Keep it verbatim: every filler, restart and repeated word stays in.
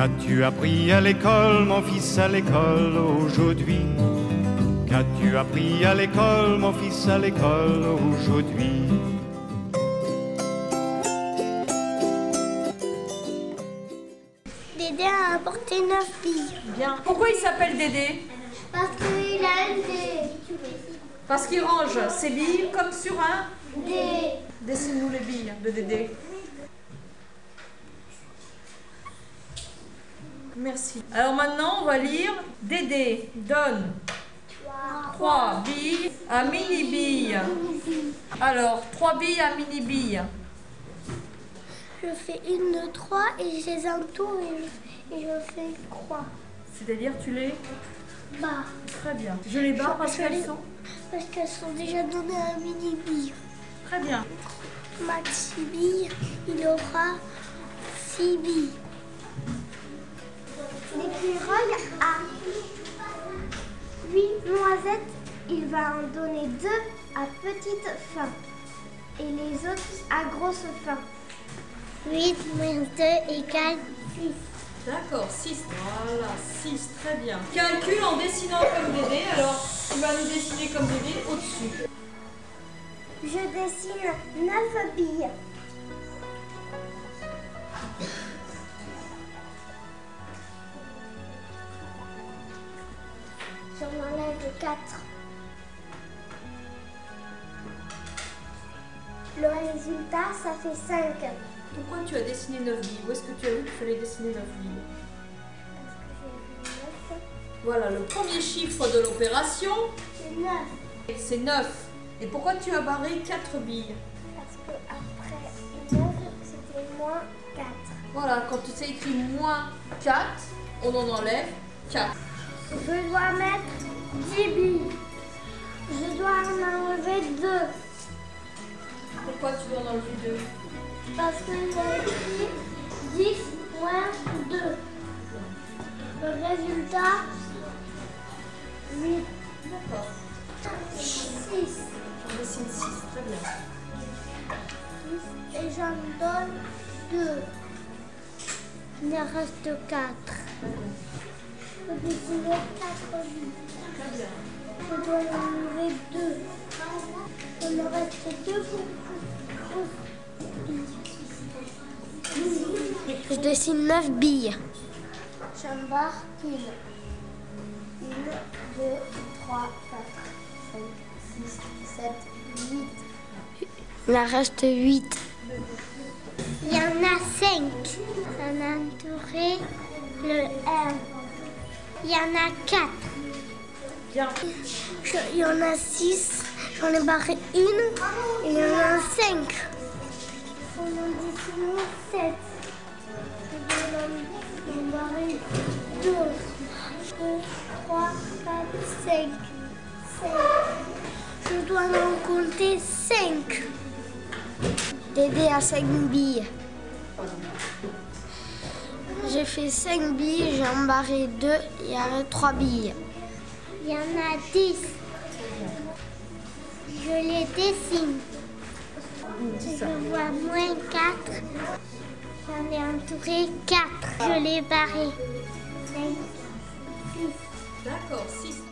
Qu'as-tu appris à l'école, mon fils, à l'école aujourd'hui? Qu'as-tu appris à l'école, mon fils, à l'école aujourd'hui? Dédé a apporté neuf billes. Bien. Pourquoi il s'appelle Dédé? Parce qu'il a une dé. Parce qu'il range ses billes comme sur un Dé. Dessine-nous les billes de Dédé. Merci. Alors maintenant, on va lire. Dédé donne trois billes à mini-billes. Alors, trois billes à mini-billes. Je fais une de trois et je les entoure et je, et je fais une croix. C'est-à-dire, tu les Bah. Très bien. Je les barre parce qu'elles sont Parce qu'elles sont déjà données à mini-bille. Très bien. Maxi bille, il aura six billes. L'écureuil a huit noisettes, il va en donner deux à petite fin et les autres à grosse fin. huit moins deux égale six. D'accord, six. Voilà, six, très bien. Calcule en dessinant comme Dédé. Alors, tu vas nous dessiner comme Dédé au-dessus. Je dessine neuf billes. J'en enlève quatre. Le résultat, ça fait cinq. Pourquoi tu as dessiné neuf billes? Où est-ce que tu as vu qu'il fallait dessiner neuf billes? Parce que j'ai vu neuf. Voilà, le premier chiffre de l'opération, C'est neuf. c'est neuf. Et pourquoi tu as barré quatre billes? Parce que après neuf, c'était moins quatre. Voilà, quand tu sais écrit moins quatre, on en enlève quatre. Je dois mettre dix billes. Je dois en enlever deux. Pourquoi tu dois en enlever deux? Parce que j'ai écrit dix moins deux. Le résultat, huit. D'accord. six. J'en dessine six, très bien. Et j'en donne deux. Il en reste quatre. Je peux dessiner quatre billes. Très bien. Je dois en enlever deux. Il me reste deux pour Je dessine neuf billes. J'embarque une. Une, deux, trois, quatre, cinq, six, sept, huit. Il en reste huit. Il y en a cinq. On a entouré le un. Il y en a quatre. Bien. Je- il y en a six. J'en ai barré une. Et il y en a cinq. On en dessine sept. Je dois en barrer deux. deux, trois, quatre, cinq. cinq. Je dois en compter cinq. Dédé a cinq billes. J'ai fait cinq billes, j'ai embarré deux, il y a trois billes. Il y en a dix. Je les dessine. Je vois moins quatre. J'en ai entouré quatre. Je l'ai barré. cinq, six. D'accord, six.